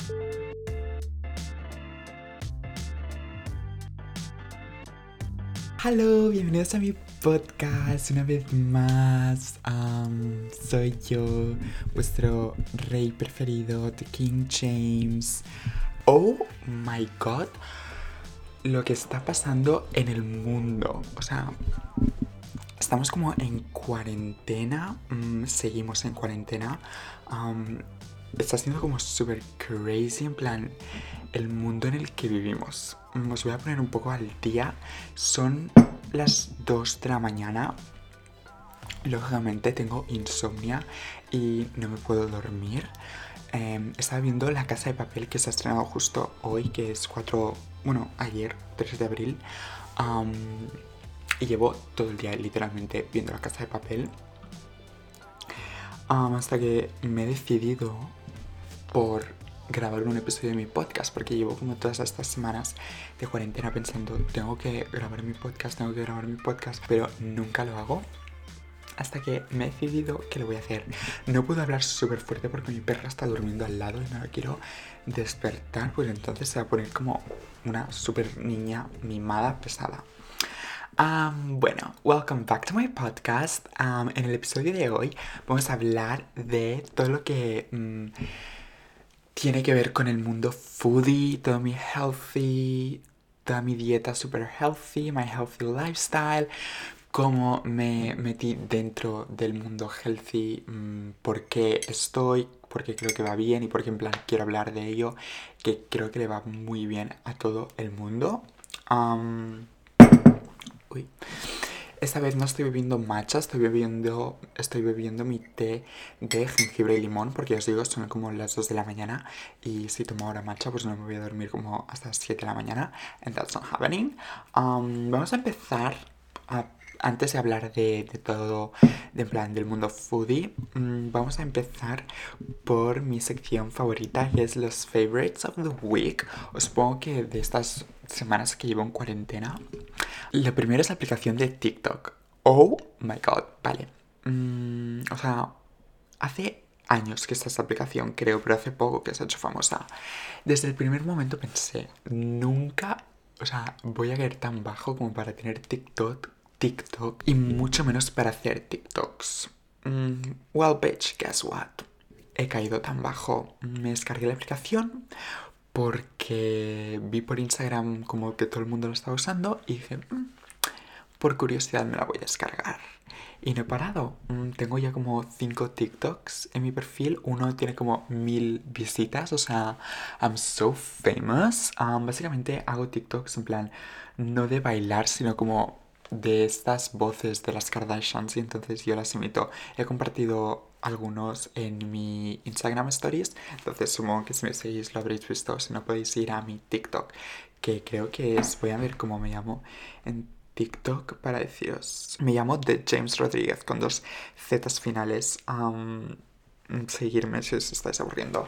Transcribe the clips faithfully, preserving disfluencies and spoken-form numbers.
Hello, bienvenidos a mi podcast una vez más. Um, soy yo, vuestro rey preferido, The King James. Oh my god, lo que está pasando en el mundo. O sea, estamos como en cuarentena, mm, seguimos en cuarentena. Um, está siendo como super crazy, en plan, el mundo en el que vivimos. Os voy a poner un poco al día. Son las dos de la mañana. Lógicamente tengo insomnia y no me puedo dormir. Eh, estaba viendo La Casa de Papel, que se ha estrenado justo hoy, que es cuatro, bueno, ayer, tres de abril. Um, y llevo todo el día literalmente viendo La Casa de Papel. Um, hasta que me he decidido por grabar un episodio de mi podcast, porque llevo como todas estas semanas de cuarentena pensando, tengo que grabar mi podcast, tengo que grabar mi podcast, pero nunca lo hago. Hasta que me he decidido que lo voy a hacer. No puedo hablar súper fuerte porque mi perra está durmiendo al lado y no la quiero despertar, pues entonces se va a poner como una súper niña mimada pesada. Um, bueno, welcome back to my podcast. Um, en el episodio de hoy vamos a hablar de todo lo que um, tiene que ver con el mundo foodie, todo mi healthy, toda mi dieta super healthy, my healthy lifestyle, cómo me metí dentro del mundo healthy, mmm, por qué estoy, por qué creo que va bien y por qué en plan quiero hablar de ello, que creo que le va muy bien a todo el mundo. Um, uy. Esta vez no estoy bebiendo matcha, estoy bebiendo, estoy bebiendo mi té de jengibre y limón, porque os digo, son como las dos de la mañana y si tomo ahora matcha pues no me voy a dormir como hasta las siete de la mañana, and that's not happening. Um, vamos a empezar a, antes de hablar de, de todo, de en plan del mundo foodie, um, vamos a empezar por mi sección favorita, que es los favorites of the week. Os supongo que de estas semanas que llevo en cuarentena, la primera es la aplicación de TikTok. Oh my god, vale. Mm, o sea, hace años que está esta aplicación, creo, pero hace poco que se ha hecho famosa. Desde el primer momento pensé, nunca, o sea, voy a caer tan bajo como para tener TikTok, TikTok, y mucho menos para hacer TikToks. Mm, well, bitch, guess what? He caído tan bajo. Me descargué la aplicación porque vi por Instagram como que todo el mundo lo estaba usando y dije, mmm, por curiosidad me la voy a descargar. Y no he parado. Mm, tengo ya como cinco TikToks en mi perfil. Uno tiene como mil visitas. O sea, I'm so famous. Um, básicamente hago TikToks en plan, no de bailar, sino como de estas voces de las Kardashians. Y entonces yo las imito. He compartido algunos en mi Instagram Stories. Entonces supongo que si me seguís lo habréis visto. Si no, podéis ir a mi TikTok, que creo que es, voy a ver cómo me llamo en TikTok para deciros. Me llamo The James Rodríguez con dos zetas finales. Um, seguirme si os estáis aburriendo.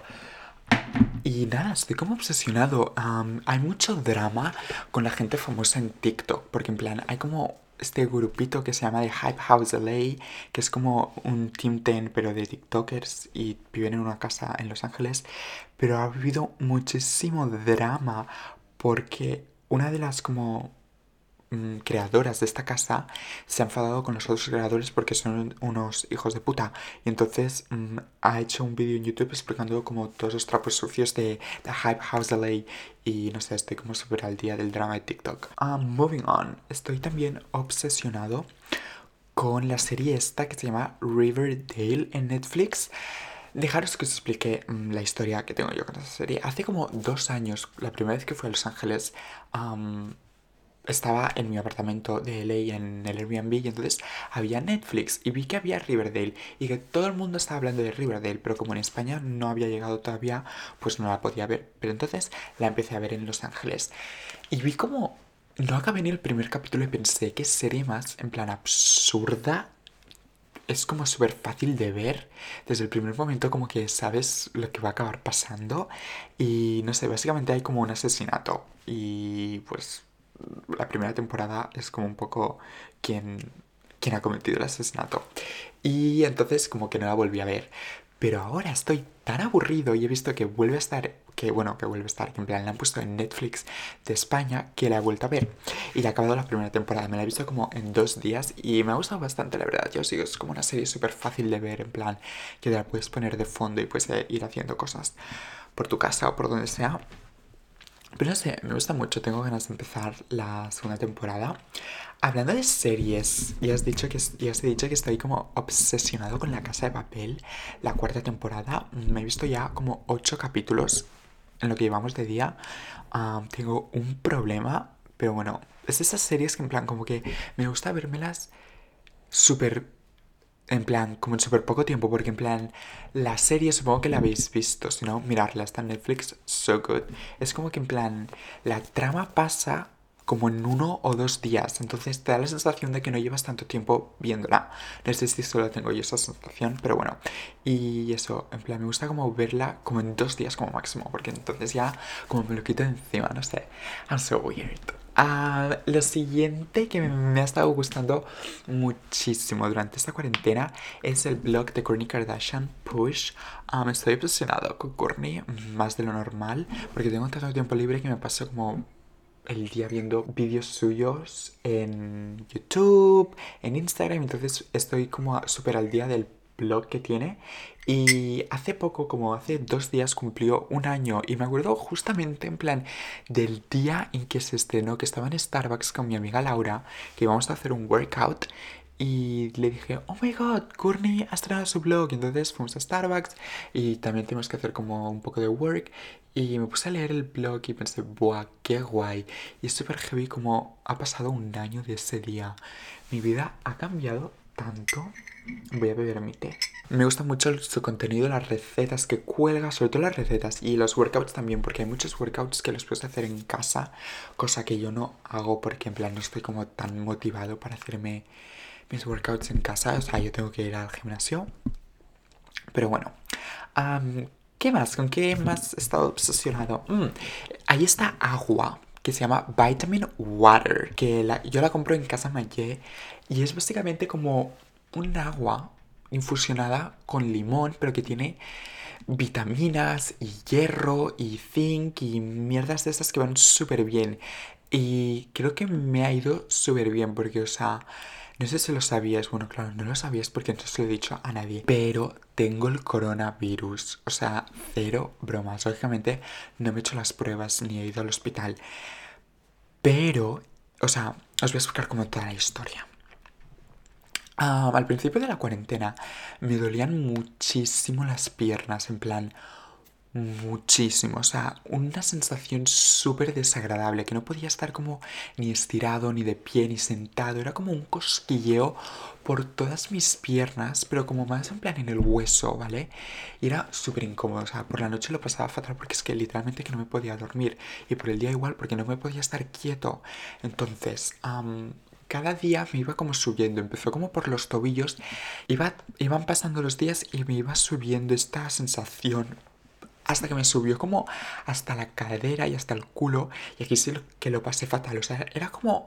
Y nada, estoy como obsesionado. Um, hay mucho drama con la gente famosa en TikTok, porque en plan hay como este grupito que se llama The Hype House L A, que es como un Team ten pero de TikTokers y viven en una casa en Los Ángeles. Pero ha habido muchísimo drama porque una de las como creadoras de esta casa se ha enfadado con los otros creadores porque son unos hijos de puta, y entonces mmm, ha hecho un vídeo en YouTube explicando como todos los trapos sucios de The Hype House L A, y no sé, estoy como súper al día del drama de TikTok. Um, moving on, estoy también obsesionado con la serie esta que se llama Riverdale en Netflix. Dejaros que os explique um, la historia que tengo yo con esa serie. Hace como dos años, la primera vez que fui a Los Ángeles, um, estaba en mi apartamento de L A en el Airbnb y entonces había Netflix y vi que había Riverdale y que todo el mundo estaba hablando de Riverdale, pero como en España no había llegado todavía, pues no la podía ver. Pero entonces la empecé a ver en Los Ángeles y vi como no acabé ni el primer capítulo y pensé, qué serie más en plan absurda. Es como súper fácil de ver. Desde el primer momento como que sabes lo que va a acabar pasando. Y no sé, básicamente hay como un asesinato. Y pues la primera temporada es como un poco quien, quien ha cometido el asesinato. Y entonces como que no la volví a ver. Pero ahora estoy tan aburrido y he visto que vuelve a estar, que bueno, que vuelve a estar, que en plan la han puesto en Netflix de España, que la he vuelto a ver. Y ya he acabado la primera temporada, me la he visto como en dos días y me ha gustado bastante, la verdad. Yo sigo, es como una serie súper fácil de ver, en plan, que te la puedes poner de fondo y puedes eh, ir haciendo cosas por tu casa o por donde sea. Pero no sé, me gusta mucho, tengo ganas de empezar la segunda temporada. Hablando de series, ya has dicho que, ya os he dicho que estoy como obsesionado con La Casa de Papel, la cuarta temporada. Me he visto ya como ocho capítulos en lo que llevamos de día. Um, tengo un problema, pero bueno, es esas series que en plan como que me gusta vérmelas súper en plan, como en súper poco tiempo, porque en plan, la serie supongo que la habéis visto, si no, mirarla, está en Netflix, so good. Es como que en plan, la trama pasa como en uno o dos días, entonces te da la sensación de que no llevas tanto tiempo viéndola. No sé si solo tengo yo esa sensación, pero bueno. Y eso, en plan, me gusta como verla como en dos días como máximo, porque entonces ya como me lo quito de encima, no sé. I'm so weird. Uh, lo siguiente que me, me ha estado gustando muchísimo durante esta cuarentena es el blog de Kourtney Kardashian, Push. Um, estoy obsesionado con Kourtney, más de lo normal, porque tengo tanto tiempo libre que me paso como el día viendo vídeos suyos en YouTube, en Instagram, entonces estoy como súper al día del blog que tiene. Y hace poco, como hace dos días, cumplió un año y me acuerdo justamente en plan del día en que se estrenó, que estaba en Starbucks con mi amiga Laura, que íbamos a hacer un workout. Y le dije, oh my god, Kourtney ha estrenado su blog. Y entonces fuimos a Starbucks y también tenemos que hacer como un poco de work. Y me puse a leer el blog y pensé, buah, qué guay. Y es súper heavy como ha pasado un año de ese día. Mi vida ha cambiado tanto. Voy a beber mi té. Me gusta mucho su contenido, las recetas que cuelga, sobre todo las recetas y los workouts también, porque hay muchos workouts que los puedes hacer en casa, cosa que yo no hago porque en plan no estoy como tan motivado para hacerme mis workouts en casa. O sea, yo tengo que ir al gimnasio. Pero bueno, um, ¿qué más? ¿Con qué más he estado obsesionado? Mm, ahí está agua que se llama Vitamin Water, que la, yo la compro en Casa Mayé y es básicamente como un agua infusionada con limón, pero que tiene vitaminas y hierro y zinc y mierdas de estas que van súper bien. Y creo que me ha ido súper bien porque, o sea, no sé si lo sabías, bueno, claro, no lo sabías porque no se lo he dicho a nadie, pero tengo el coronavirus, o sea, cero bromas. Lógicamente no me he hecho las pruebas ni he ido al hospital, pero, o sea, os voy a explicar como toda la historia. Um, al principio de la cuarentena me dolían muchísimo las piernas, en plan, muchísimo, o sea, una sensación súper desagradable, que no podía estar como ni estirado, ni de pie, ni sentado, era como un cosquilleo por todas mis piernas, pero como más en plan en el hueso, ¿vale? Y era súper incómodo, o sea, por la noche lo pasaba fatal porque es que literalmente que no me podía dormir, y por el día igual porque no me podía estar quieto. Entonces, um, cada día me iba como subiendo, empezó como por los tobillos, iba, iban pasando los días y me iba subiendo esta sensación hasta que me subió como hasta la cadera y hasta el culo. Y aquí sí que lo pasé fatal. O sea, era como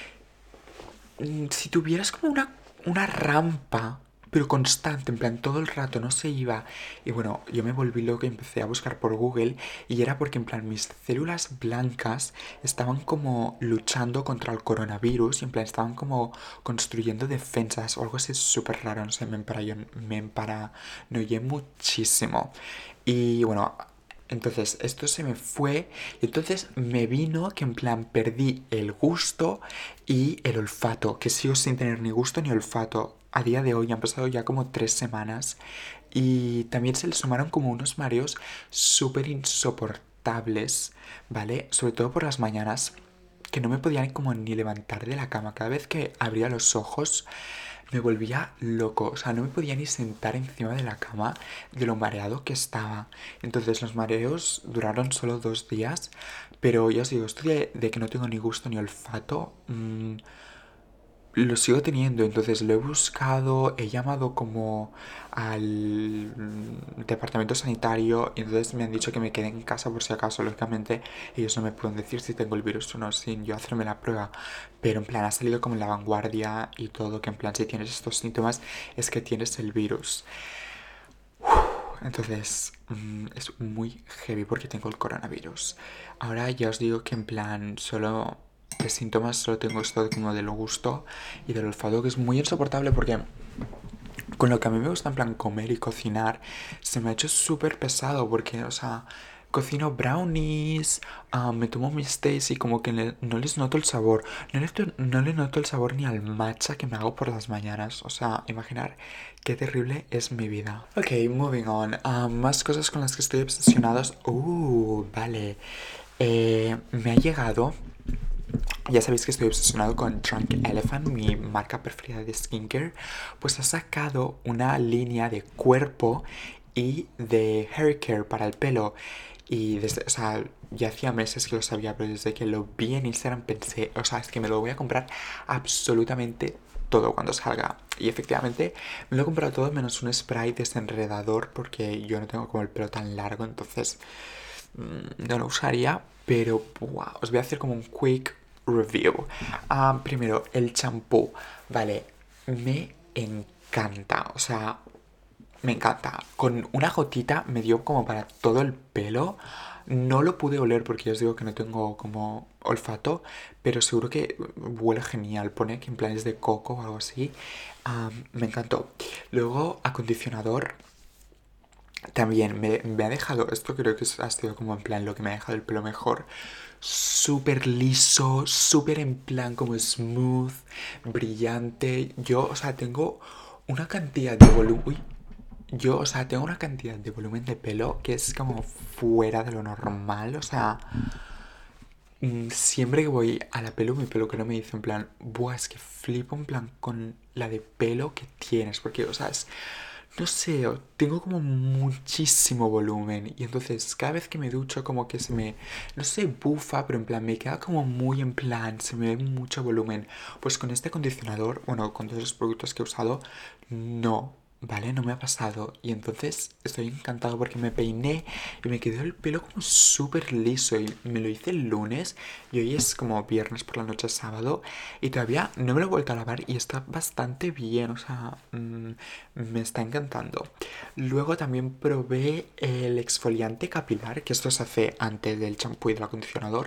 mm, si tuvieras como una, una rampa, pero constante, en plan, todo el rato, no se iba. Y bueno, yo me volví loco y empecé a buscar por Google. Y era porque, en plan, mis células blancas estaban como luchando contra el coronavirus. Y en plan, estaban como construyendo defensas o algo así súper raro. No sé, me emparanoié, me emparanoié muchísimo. Y bueno, entonces esto se me fue y entonces me vino que en plan perdí el gusto y el olfato, que sigo sin tener ni gusto ni olfato. A día de hoy han pasado ya como tres semanas y también se le sumaron como unos mareos súper insoportables, ¿vale? Sobre todo por las mañanas, que no me podía como ni levantar de la cama. Cada vez que abría los ojos me volvía loco, o sea, no me podía ni sentar encima de la cama de lo mareado que estaba. Entonces los mareos duraron solo dos días, pero ya os digo, esto de, de que no tengo ni gusto ni olfato, mmm, lo sigo teniendo. Entonces lo he buscado, he llamado como al departamento sanitario y entonces me han dicho que me quede en casa por si acaso. Lógicamente ellos no me pueden decir si tengo el virus o no sin yo hacerme la prueba, pero en plan ha salido como en La Vanguardia y todo, que en plan si tienes estos síntomas es que tienes el virus. Entonces, mm, es muy heavy porque tengo el coronavirus. Ahora ya os digo que en plan, solo de síntomas solo tengo esto como del gusto y del olfato, que es muy insoportable porque con lo que a mí me gusta en plan comer y cocinar, se me ha hecho súper pesado porque, o sea, cocino brownies, ah, me tomo mis tés y como que le- no les noto el sabor. No le, to- no le noto el sabor ni al matcha que me hago por las mañanas. O sea, imaginar qué terrible es mi vida. Ok, moving on. Ah, más cosas con las que estoy obsesionados. Uh, vale. Eh, me ha llegado. Ya sabéis que estoy obsesionado con Drunk Elephant, mi marca preferida de skincare. Pues ha sacado una línea de cuerpo y de hair care para el pelo. Y desde, o sea, ya hacía meses que lo sabía, pero desde que lo vi en Instagram pensé, o sea, es que me lo voy a comprar absolutamente todo cuando salga. Y efectivamente me lo he comprado todo menos un spray desenredador porque yo no tengo como el pelo tan largo, entonces mm, no lo usaría. Pero buah, os voy a hacer como un quick review. Ah, primero, el champú. Vale, me encanta. O sea, me encanta. Con una gotita me dio como para todo el pelo. No lo pude oler porque ya os digo que no tengo como olfato, pero seguro que huele genial. Pone que en plan es de coco o algo así. Ah, me encantó. Luego, acondicionador. También me, me ha dejado, esto creo que ha sido como en plan lo que me ha dejado el pelo mejor. Súper liso, súper en plan como smooth, brillante. Yo, o sea, tengo una cantidad de volumen. Uy, yo, o sea, tengo una cantidad de volumen de pelo que es como fuera de lo normal. O sea, mm, siempre que voy a la pelo, mi peluquero me dice en plan, buah, es que flipo en plan con la de pelo que tienes. Porque, o sea, es, no sé, o- tengo como muchísimo volumen. Y entonces cada vez que me ducho como que se me, no sé, bufa, pero en plan me queda como muy en plan, se me ve mucho volumen. Pues con este acondicionador, bueno, con todos los productos que he usado, no. ¿Vale? No me ha pasado. Y entonces estoy encantado porque me peiné y me quedó el pelo como súper liso. Y me lo hice el lunes y hoy es como viernes por la noche, sábado. Y todavía no me lo he vuelto a lavar y está bastante bien. O sea, mm, me está encantando. Luego también probé el exfoliante capilar, que esto se hace antes del champú y del acondicionador.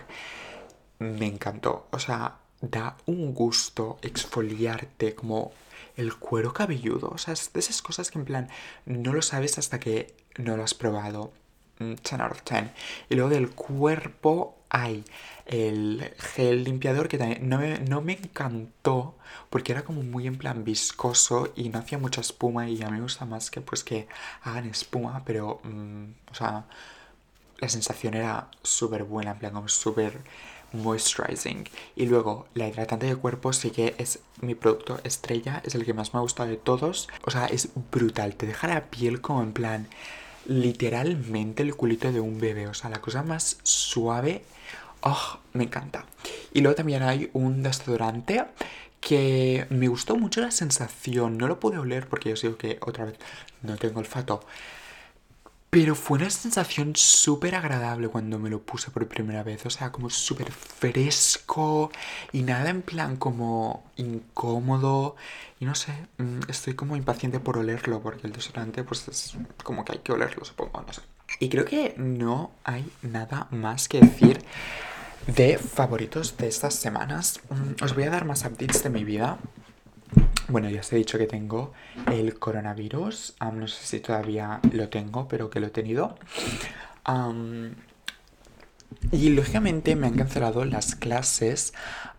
Me encantó. O sea, da un gusto exfoliarte como el cuero cabelludo. O sea, es de esas cosas que en plan no lo sabes hasta que no lo has probado. Mm, ten out of ten. Y luego del cuerpo hay el gel limpiador que también no me, no me encantó porque era como muy en plan viscoso y no hacía mucha espuma y a mí me gusta más que pues que hagan espuma, pero mm, o sea, la sensación era súper buena, en plan como súper moisturizing. Y luego, la hidratante de cuerpo sí que es mi producto estrella, es el que más me ha gustado de todos. O sea, es brutal, te deja la piel como en plan, literalmente el culito de un bebé. O sea, la cosa más suave. Oh, me encanta. Y luego también hay un desodorante que me gustó mucho la sensación. No lo pude oler porque yo sé que otra vez no tengo olfato. Pero fue una sensación súper agradable cuando me lo puse por primera vez. O sea, como súper fresco y nada en plan como incómodo. Y no sé, mm, estoy como impaciente por olerlo porque el desodorante pues es como que hay que olerlo, supongo, no sé. Y creo que no hay nada más que decir de favoritos de estas semanas. Mm, Os voy a dar más updates de mi vida. Bueno, ya os he dicho que tengo el coronavirus. Um, no sé si todavía lo tengo, pero que lo he tenido. Um, y lógicamente me han cancelado las clases.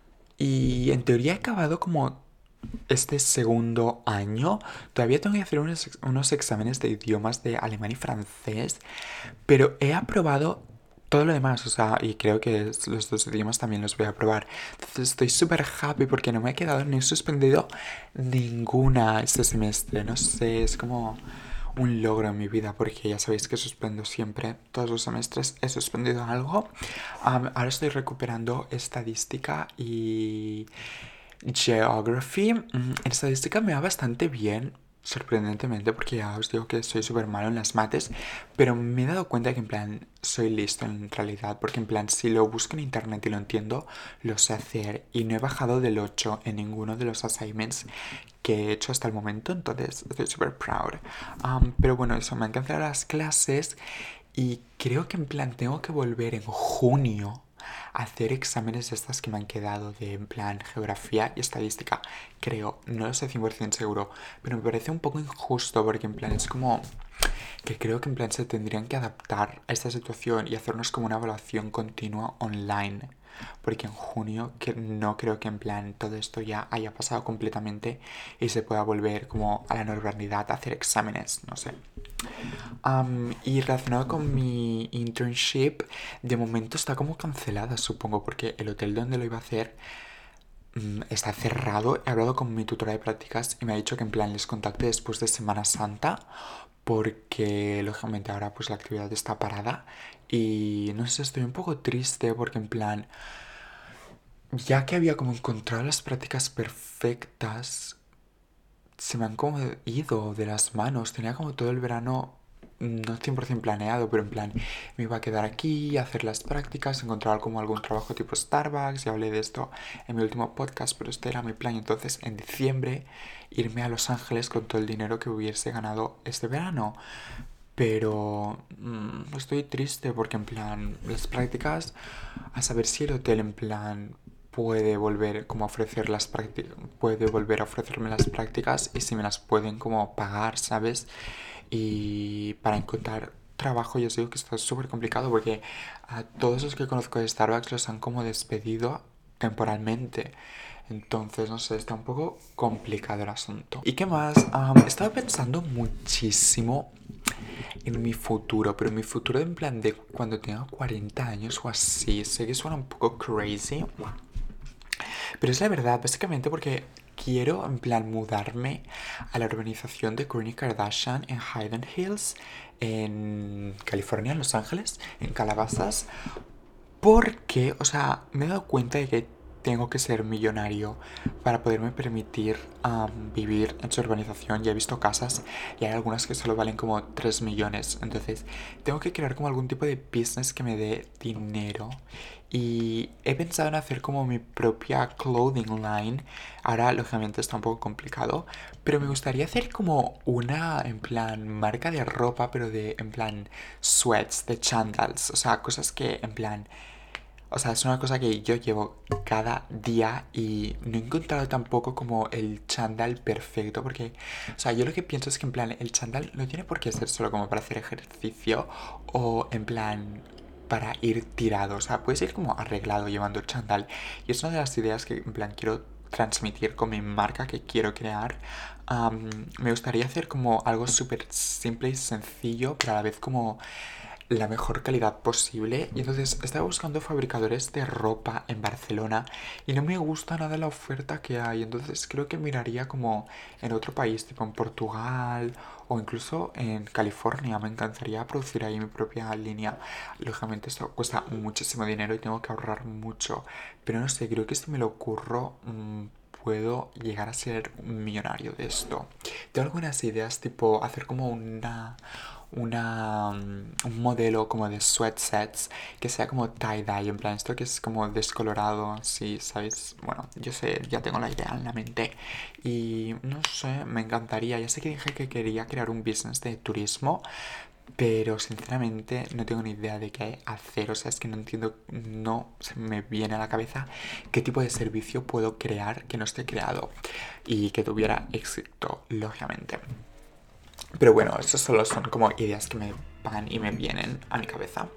Y en teoría he acabado como este segundo año. Todavía tengo que hacer unos, unos exámenes de idiomas de alemán y francés. Pero he aprobado todo lo demás, o sea, y creo que los dos idiomas también los voy a probar. Entonces estoy súper happy porque no me he quedado ni he suspendido ninguna este semestre. No sé, es como un logro en mi vida porque ya sabéis que suspendo siempre. Todos los semestres he suspendido algo. Um, ahora estoy recuperando estadística y geography. Mm, En estadística me va bastante bien. sorprendentemente, porque ya os digo que soy súper malo en las mates, pero me he dado cuenta que en plan soy listo en realidad, porque en plan si lo busco en internet y lo entiendo, lo sé hacer y no he bajado del ocho en ninguno de los assignments que he hecho hasta el momento, entonces estoy súper proud. Um, pero bueno, eso, me han cancelado las clases y creo que en plan tengo que volver en junio hacer exámenes de estas que me han quedado de en plan geografía y estadística. Creo, no lo sé cien por ciento seguro, pero me parece un poco injusto porque en plan es como que creo que en plan se tendrían que adaptar a esta situación y hacernos como una evaluación continua online. Porque en junio que no creo que en plan todo esto ya haya pasado completamente y se pueda volver como a la normalidad a hacer exámenes, no sé. Um, y relacionado con mi internship, de momento está como cancelada, supongo, porque el hotel donde lo iba a hacer um, está cerrado. He hablado con mi tutora de prácticas y me ha dicho que en plan les contacte después de Semana Santa, porque lógicamente ahora pues la actividad está parada. Y no sé, estoy un poco triste porque en plan, ya que había como encontrado las prácticas perfectas, se me han como ido de las manos. Tenía como todo el verano, no cien por ciento planeado, pero en plan, me iba a quedar aquí, a hacer las prácticas, encontrar como algún trabajo tipo Starbucks, y hablé de esto en mi último podcast, pero este era mi plan. Entonces, en diciembre, irme a Los Ángeles con todo el dinero que hubiese ganado este verano. Pero mmm, estoy triste porque en plan, las prácticas, a saber si el hotel en plan puede volver como a ofrecer las prácticas, puede volver a ofrecerme las prácticas y si me las pueden como pagar, ¿sabes? Y para encontrar trabajo yo os digo que está súper complicado porque a todos los que conozco de Starbucks los han como despedido temporalmente. Entonces, no sé, está un poco complicado el asunto. ¿Y qué más? Um, he estado pensando muchísimo en mi futuro, pero en mi futuro en plan de cuando tenga cuarenta años o así. Sé que suena un poco crazy, pero es la verdad, básicamente porque quiero en plan mudarme a la urbanización de Kourtney Kardashian en Hayden Hills, en California, en Los Ángeles, en Calabasas, porque, o sea, me he dado cuenta de que tengo que ser millonario para poderme permitir um, vivir en su urbanización. Ya he visto casas y hay algunas que solo valen como tres millones. Entonces, tengo que crear como algún tipo de business que me dé dinero. Y he pensado en hacer como mi propia clothing line. Ahora, lógicamente, está un poco complicado. Pero me gustaría hacer como una, en plan, marca de ropa, pero de, en plan, sweats, de chandals. O sea, cosas que, en plan, o sea, es una cosa que yo llevo cada día y no he encontrado tampoco como el chándal perfecto porque, o sea, yo lo que pienso es que en plan el chándal no tiene por qué ser solo como para hacer ejercicio o en plan para ir tirado, o sea, puedes ir como arreglado llevando chándal y es una de las ideas que en plan quiero transmitir con mi marca que quiero crear. Um, me gustaría hacer como algo súper simple y sencillo, pero a la vez como la mejor calidad posible. Y entonces estaba buscando fabricadores de ropa en Barcelona y no me gusta nada la oferta que hay. Entonces creo que miraría como en otro país, tipo en Portugal o incluso en California. Me encantaría producir ahí mi propia línea. Lógicamente esto cuesta muchísimo dinero y tengo que ahorrar mucho. Pero no sé, creo que si me lo ocurro mmm, puedo llegar a ser un millonario de esto. Tengo algunas ideas tipo hacer como una una, um, un modelo como de sweatsets que sea como tie-dye, en plan esto que es como descolorado, así, ¿sabéis? Bueno, yo sé, ya tengo la idea en la mente y no sé, me encantaría. Ya sé que dije que quería crear un business de turismo, pero sinceramente no tengo ni idea de qué hacer, o sea, es que no entiendo, no se me viene a la cabeza qué tipo de servicio puedo crear que no esté creado y que tuviera éxito, lógicamente. Pero bueno, estos solo son como ideas que me van y me vienen a mi cabeza.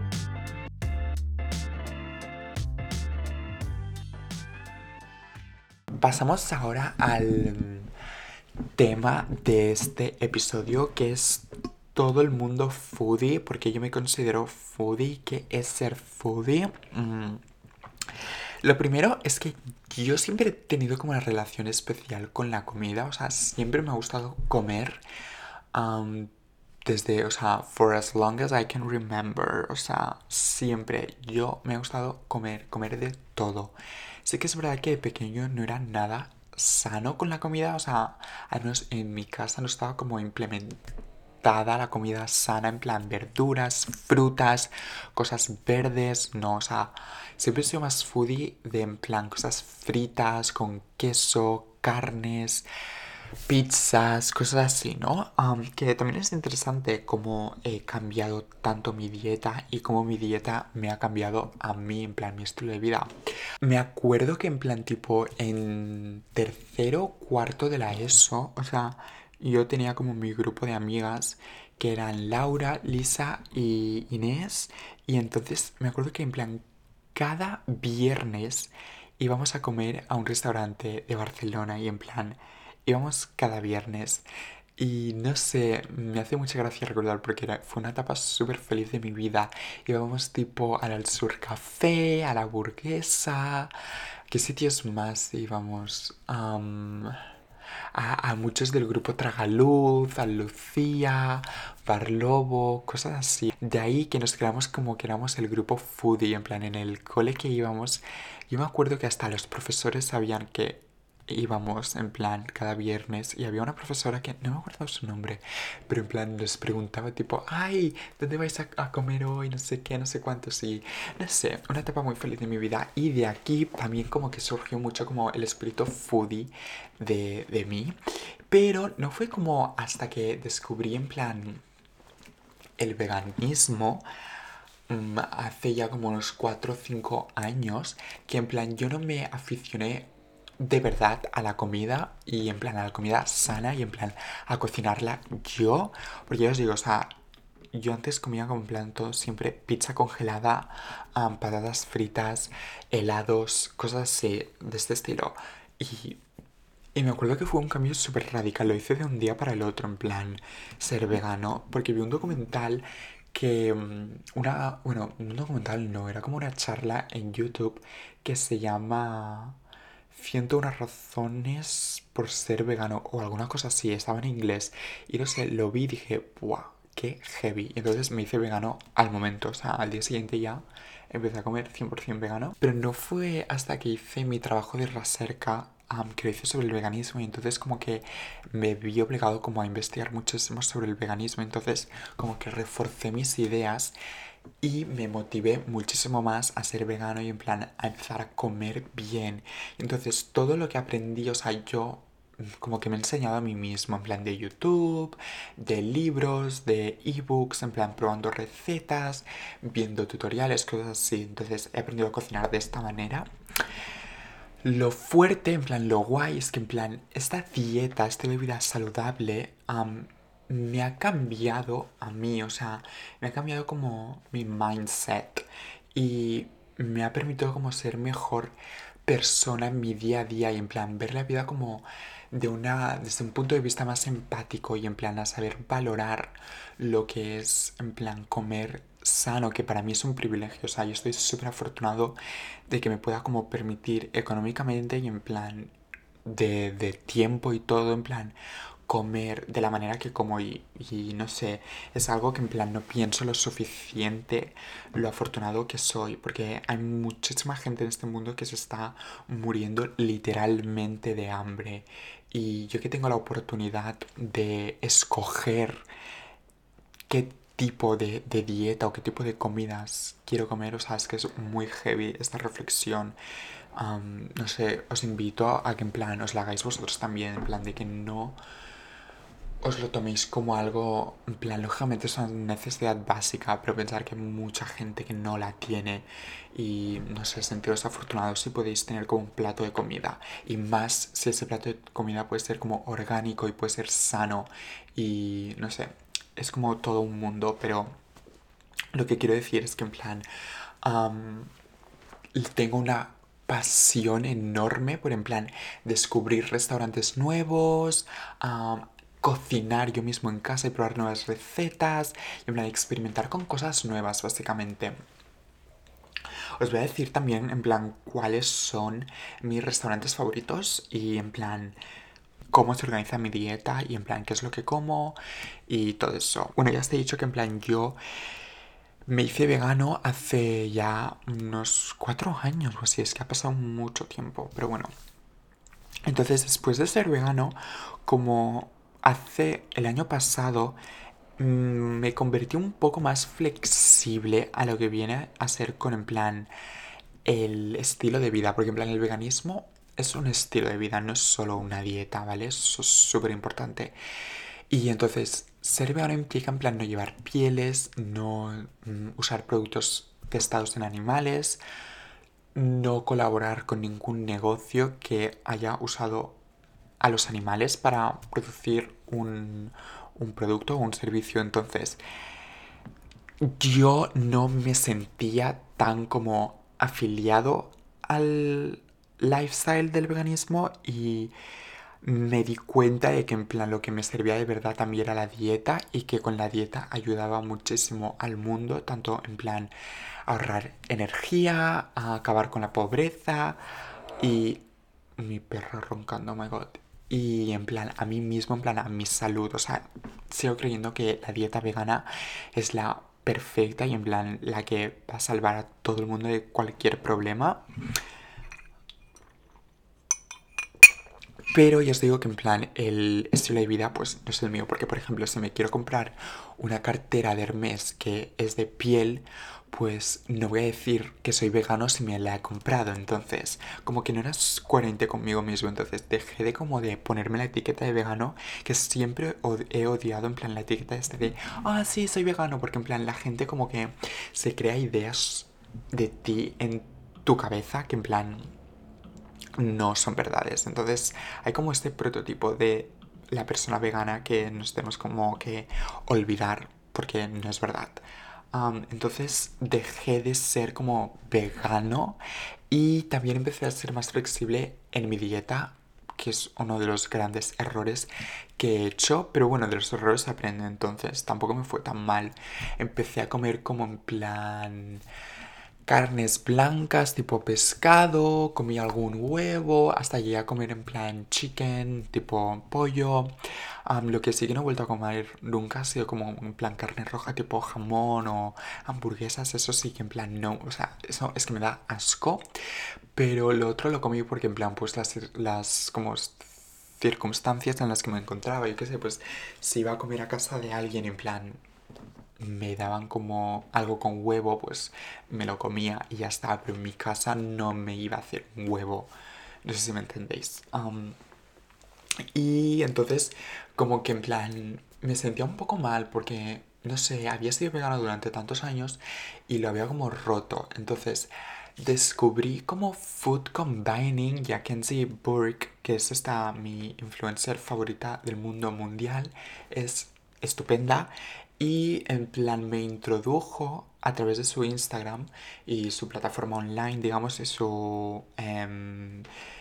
Pasamos ahora al tema de este episodio, que es todo el mundo foodie, porque yo me considero foodie. ¿Qué es ser foodie? Mm. Lo primero es que yo siempre he tenido como una relación especial con la comida, o sea, siempre me ha gustado comer. Um, desde, o sea, for as long as I can remember, o sea, siempre yo me ha gustado comer, comer de todo. Sé que es verdad que de pequeño no era nada sano con la comida, o sea, al menos en mi casa no estaba como implementada la comida sana, en plan verduras, frutas, cosas verdes, no, o sea, siempre he sido más foodie de en plan cosas fritas, con queso, carnes, pizzas, cosas así, ¿no? Um, que también es interesante cómo he cambiado tanto mi dieta y cómo mi dieta me ha cambiado a mí, en plan, mi estilo de vida. Me acuerdo que en plan tipo en tercero, cuarto de la ESO, o sea, yo tenía como mi grupo de amigas que eran Laura, Lisa y Inés, y entonces me acuerdo que en plan cada viernes íbamos a comer a un restaurante de Barcelona y en plan íbamos cada viernes. Y no sé, me hace mucha gracia recordar porque era, fue una etapa súper feliz de mi vida. Íbamos tipo al Sur Café, a la Burguesa. ¿Qué sitios más íbamos? Am, a, a muchos del grupo Tragaluz, a Lucía, Barlobo, cosas así. De ahí que nos creamos como que éramos el grupo foodie, en plan, en el cole que íbamos. Yo me acuerdo que hasta los profesores sabían que íbamos en plan cada viernes y había una profesora que no me acuerdo su nombre, pero en plan les preguntaba tipo, ay, ¿dónde vais a, a comer hoy? No sé qué, no sé cuántos y no sé, una etapa muy feliz de mi vida y de aquí también como que surgió mucho como el espíritu foodie de, de mí, pero no fue como hasta que descubrí en plan el veganismo mm, hace ya como unos cuatro o cinco años que en plan yo no me aficioné de verdad a la comida y en plan a la comida sana y en plan a cocinarla yo, porque ya os digo, o sea, yo antes comía como en plan todo siempre pizza congelada, um, patatas fritas, helados, cosas así de este estilo. Y, y me acuerdo que fue un cambio súper radical, lo hice de un día para el otro, en plan ser vegano, porque vi un documental que mm, una, bueno, un documental no, era como una charla en YouTube que se llama ciento una razones por ser vegano o alguna cosa así, estaba en inglés y no sé, lo vi y dije, ¡buah! ¡Qué heavy! Y entonces me hice vegano al momento, o sea, al día siguiente ya empecé a comer cien por ciento vegano, pero no fue hasta que hice mi trabajo de recerca um, que lo hice sobre el veganismo y entonces como que me vi obligado como a investigar muchísimo sobre el veganismo, entonces como que reforcé mis ideas y me motivé muchísimo más a ser vegano y en plan a empezar a comer bien. Entonces todo lo que aprendí, o sea, yo como que me he enseñado a mí mismo, en plan de YouTube, de libros, de ebooks, en plan probando recetas, viendo tutoriales, cosas así. Entonces he aprendido a cocinar de esta manera. Lo fuerte, en plan, lo guay es que en plan, esta dieta, esta bebida saludable, am, me ha cambiado a mí, o sea, me ha cambiado como mi mindset y me ha permitido como ser mejor persona en mi día a día y en plan, ver la vida como de una, desde un punto de vista más empático y en plan a saber valorar lo que es en plan comer sano, que para mí es un privilegio, o sea, yo estoy súper afortunado de que me pueda como permitir económicamente y en plan de, de tiempo y todo, en plan comer de la manera que como y, y no sé, es algo que en plan no pienso lo suficiente lo afortunado que soy, porque hay muchísima gente en este mundo que se está muriendo literalmente de hambre y yo que tengo la oportunidad de escoger qué tipo de, de dieta o qué tipo de comidas quiero comer, o sea, es que es muy heavy esta reflexión. Um, no sé, os invito a que en plan os la hagáis vosotros también, en plan de que no os lo toméis como algo, en plan, lógicamente es una necesidad básica, pero pensar que hay mucha gente que no la tiene y, no sé, sentiros afortunados si podéis tener como un plato de comida y más si ese plato de comida puede ser como orgánico y puede ser sano y, no sé, es como todo un mundo, pero lo que quiero decir es que en plan, um, tengo una pasión enorme por en plan descubrir restaurantes nuevos, um, cocinar yo mismo en casa y probar nuevas recetas y en plan experimentar con cosas nuevas básicamente. Os voy a decir también en plan cuáles son mis restaurantes favoritos y en plan cómo se organiza mi dieta y en plan qué es lo que como y todo eso. Bueno, ya os he dicho que en plan yo me hice vegano hace ya unos cuatro años o así, es que ha pasado mucho tiempo, pero bueno. Entonces, después de ser vegano, como hace el año pasado, mm, me convertí un poco más flexible a lo que viene a ser con, en plan, el estilo de vida. Porque, en plan, el veganismo es un estilo de vida, no es solo una dieta, ¿vale? Eso es súper importante. Y entonces, ser vegano implica, en plan, no llevar pieles, no mm, usar productos testados en animales, no colaborar con ningún negocio que haya usado a los animales para producir un, un producto o un servicio. Entonces, yo no me sentía tan como afiliado al lifestyle del veganismo y me di cuenta de que en plan lo que me servía de verdad también era la dieta y que con la dieta ayudaba muchísimo al mundo, tanto en plan ahorrar energía, a acabar con la pobreza y mi perra roncando, oh my god. Y en plan, a mí mismo, en plan, a mi salud. O sea, sigo creyendo que la dieta vegana es la perfecta y en plan la que va a salvar a todo el mundo de cualquier problema. Pero ya os digo que en plan el estilo de vida pues no es el mío. Porque por ejemplo si me quiero comprar una cartera de Hermès que es de piel, pues no voy a decir que soy vegano si me la he comprado. Entonces como que no era coherente conmigo mismo. Entonces dejé de como de ponerme la etiqueta de vegano, que siempre he odiado en plan la etiqueta este de ah sí soy vegano. Porque en plan la gente como que se crea ideas de ti en tu cabeza que en plan no son verdades. Entonces hay como este prototipo de la persona vegana que nos tenemos como que olvidar porque no es verdad. Um, entonces dejé de ser como vegano y también empecé a ser más flexible en mi dieta, que es uno de los grandes errores que he hecho, pero bueno, de los errores se aprende, entonces tampoco me fue tan mal. Empecé a comer como en plan carnes blancas tipo pescado, comí algún huevo, hasta llegué a comer en plan chicken, tipo pollo. Um, lo que sí que no he vuelto a comer nunca ha sido como en plan carne roja tipo jamón o hamburguesas, eso sí que en plan no, o sea, eso es que me da asco. Pero lo otro lo comí porque en plan pues las, las como circunstancias en las que me encontraba, yo qué sé, pues si iba a comer a casa de alguien en plan me daban como algo con huevo, pues me lo comía y ya está. Pero en mi casa no me iba a hacer un huevo. No sé si me entendéis. Um, y entonces, como que en plan, me sentía un poco mal porque, no sé, había sido vegano durante tantos años y lo había como roto. Entonces, descubrí como Food Combining y a Kenzie Burke, que es esta mi influencer favorita del mundo mundial, es estupenda y en plan me introdujo a través de su Instagram y su plataforma online, digamos, y su em,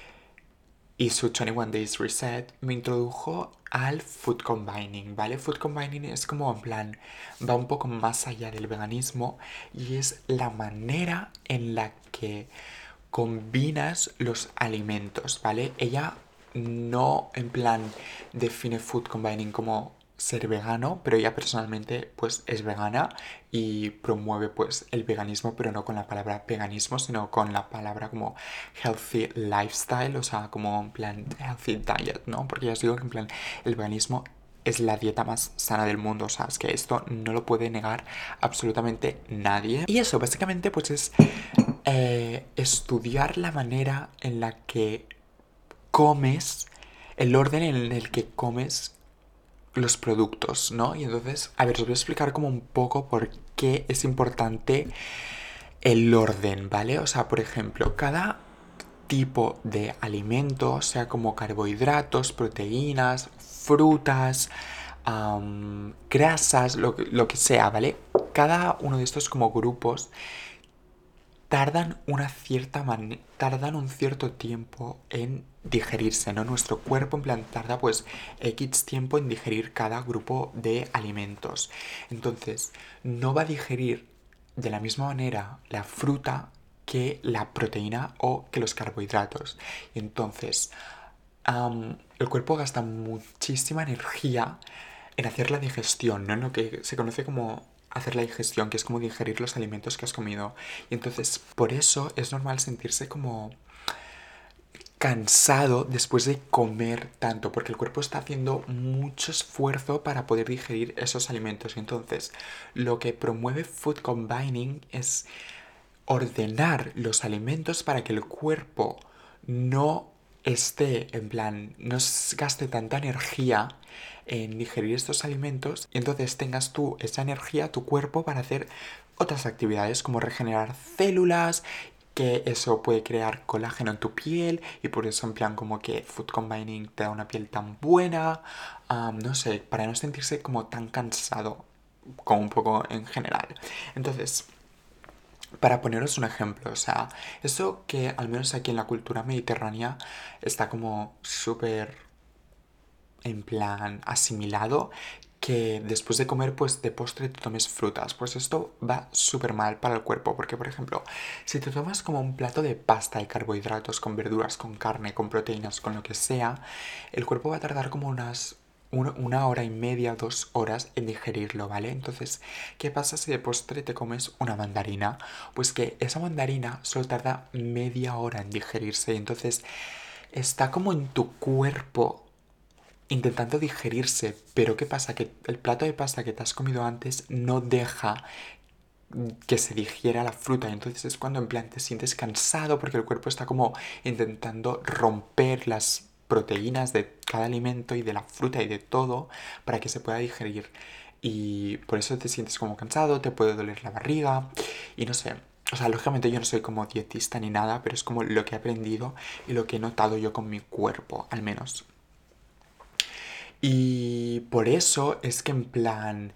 y su veintiuno Days Reset me introdujo al Food Combining, ¿vale? Food Combining es como en plan, va un poco más allá del veganismo y es la manera en la que combinas los alimentos, ¿vale? Ella no en plan define Food Combining como ser vegano, pero ella personalmente pues es vegana y promueve pues el veganismo, pero no con la palabra veganismo, sino con la palabra como healthy lifestyle, o sea, como en plan healthy diet, ¿no? Porque ya os digo que en plan el veganismo es la dieta más sana del mundo, o sea, es que esto no lo puede negar absolutamente nadie. Y eso, básicamente, pues es eh, estudiar la manera en la que comes, el orden en el que comes los productos, ¿no? Y entonces, a ver, os voy a explicar como un poco por qué es importante el orden, ¿vale? O sea, por ejemplo, cada tipo de alimento, sea como carbohidratos, proteínas, frutas, um, grasas, lo, lo que sea, ¿vale? Cada uno de estos como grupos tardan una cierta manera, tardan un cierto tiempo en digerirse, ¿no? Nuestro cuerpo en plan tarda pues X tiempo en digerir cada grupo de alimentos. Entonces, no va a digerir de la misma manera la fruta que la proteína o que los carbohidratos. Y entonces, um, el cuerpo gasta muchísima energía en hacer la digestión, ¿no? En lo que se conoce como hacer la digestión, que es como digerir los alimentos que has comido. Y entonces, por eso es normal sentirse como cansado después de comer tanto, porque el cuerpo está haciendo mucho esfuerzo para poder digerir esos alimentos. Y entonces, lo que promueve Food Combining es ordenar los alimentos para que el cuerpo no esté, en plan, no gaste tanta energía en digerir estos alimentos y entonces tengas tú esa energía, tu cuerpo, para hacer otras actividades como regenerar células, que eso puede crear colágeno en tu piel y por eso en plan como que Food Combining te da una piel tan buena, um, no sé, para no sentirse como tan cansado como un poco en general. Entonces, para poneros un ejemplo, o sea, eso que al menos aquí en la cultura mediterránea está como súper en plan asimilado, que después de comer pues de postre te tomes frutas, pues esto va súper mal para el cuerpo, porque por ejemplo, si te tomas como un plato de pasta y carbohidratos con verduras, con carne, con proteínas, con lo que sea, el cuerpo va a tardar como unas una hora y media, dos horas en digerirlo, ¿vale? Entonces, ¿qué pasa si de postre te comes una mandarina? Pues que esa mandarina solo tarda media hora en digerirse y entonces está como en tu cuerpo intentando digerirse, pero ¿qué pasa? Que el plato de pasta que te has comido antes no deja que se digiera la fruta y entonces es cuando en plan te sientes cansado porque el cuerpo está como intentando romper las proteínas de cada alimento y de la fruta y de todo para que se pueda digerir y por eso te sientes como cansado, te puede doler la barriga y no sé. O sea, lógicamente yo no soy como dietista ni nada, pero es como lo que he aprendido y lo que he notado yo con mi cuerpo, al menos. Y por eso es que en plan,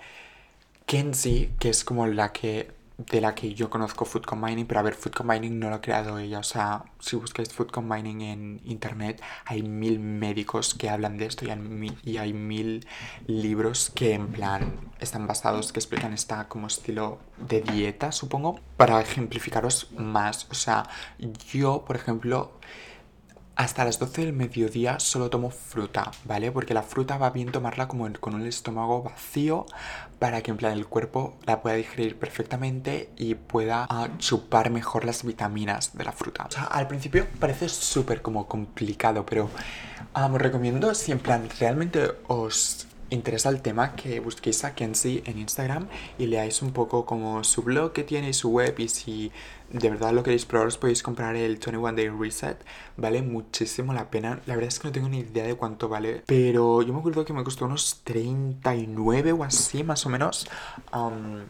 Kenzie, que es como la que de la que yo conozco Food Combining, pero a ver, Food Combining no lo ha creado ella, o sea, si buscáis Food Combining en internet hay mil médicos que hablan de esto y hay mil, y hay mil libros que en plan están basados, que explican esta como estilo de dieta, supongo, para ejemplificaros más, o sea, yo, por ejemplo, hasta las doce del mediodía solo tomo fruta, ¿vale? Porque la fruta va bien tomarla como en- con un estómago vacío para que en plan el cuerpo la pueda digerir perfectamente y pueda ah, chupar mejor las vitaminas de la fruta. O sea, al principio parece súper como complicado, pero ah, os recomiendo si en plan realmente os interesa el tema que busquéis a Kenzie en Instagram y leáis un poco como su blog que tiene y su web y si de verdad lo queréis probar os podéis comprar el veintiuno Day Reset, vale muchísimo la pena. La verdad es que no tengo ni idea de cuánto vale, pero yo me acuerdo que me costó unos treinta y nueve o así más o menos. Um,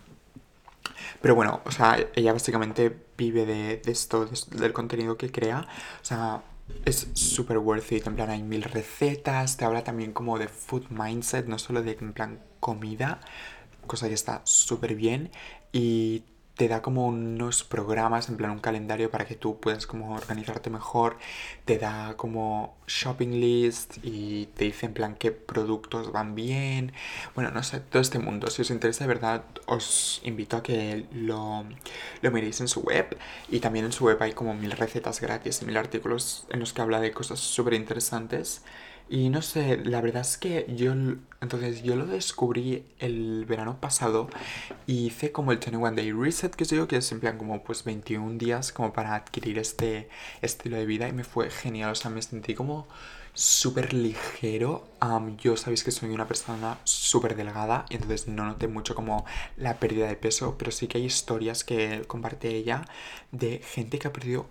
pero bueno, o sea, ella básicamente vive de, de esto, de- del contenido que crea. O sea, es súper worth it. En plan, hay mil recetas. Te habla también como de food mindset, no solo de en plan comida, cosa que está súper bien. Y te da como unos programas, en plan un calendario para que tú puedas como organizarte mejor. Te da como shopping list y te dice en plan qué productos van bien. Bueno, no sé, todo este mundo. Si os interesa de verdad, os invito a que lo, lo miréis en su web. Y también en su web hay como mil recetas gratis y mil artículos en los que habla de cosas súper interesantes. Y no sé, la verdad es que yo, entonces yo lo descubrí el verano pasado y hice como el veintiuno Day Reset, que os digo, que es en plan como pues veintiún días como para adquirir este estilo de vida y me fue genial, o sea, me sentí como súper ligero. Um, yo sabéis que soy una persona súper delgada y entonces no noté mucho como la pérdida de peso, pero sí que hay historias que comparte ella de gente que ha perdido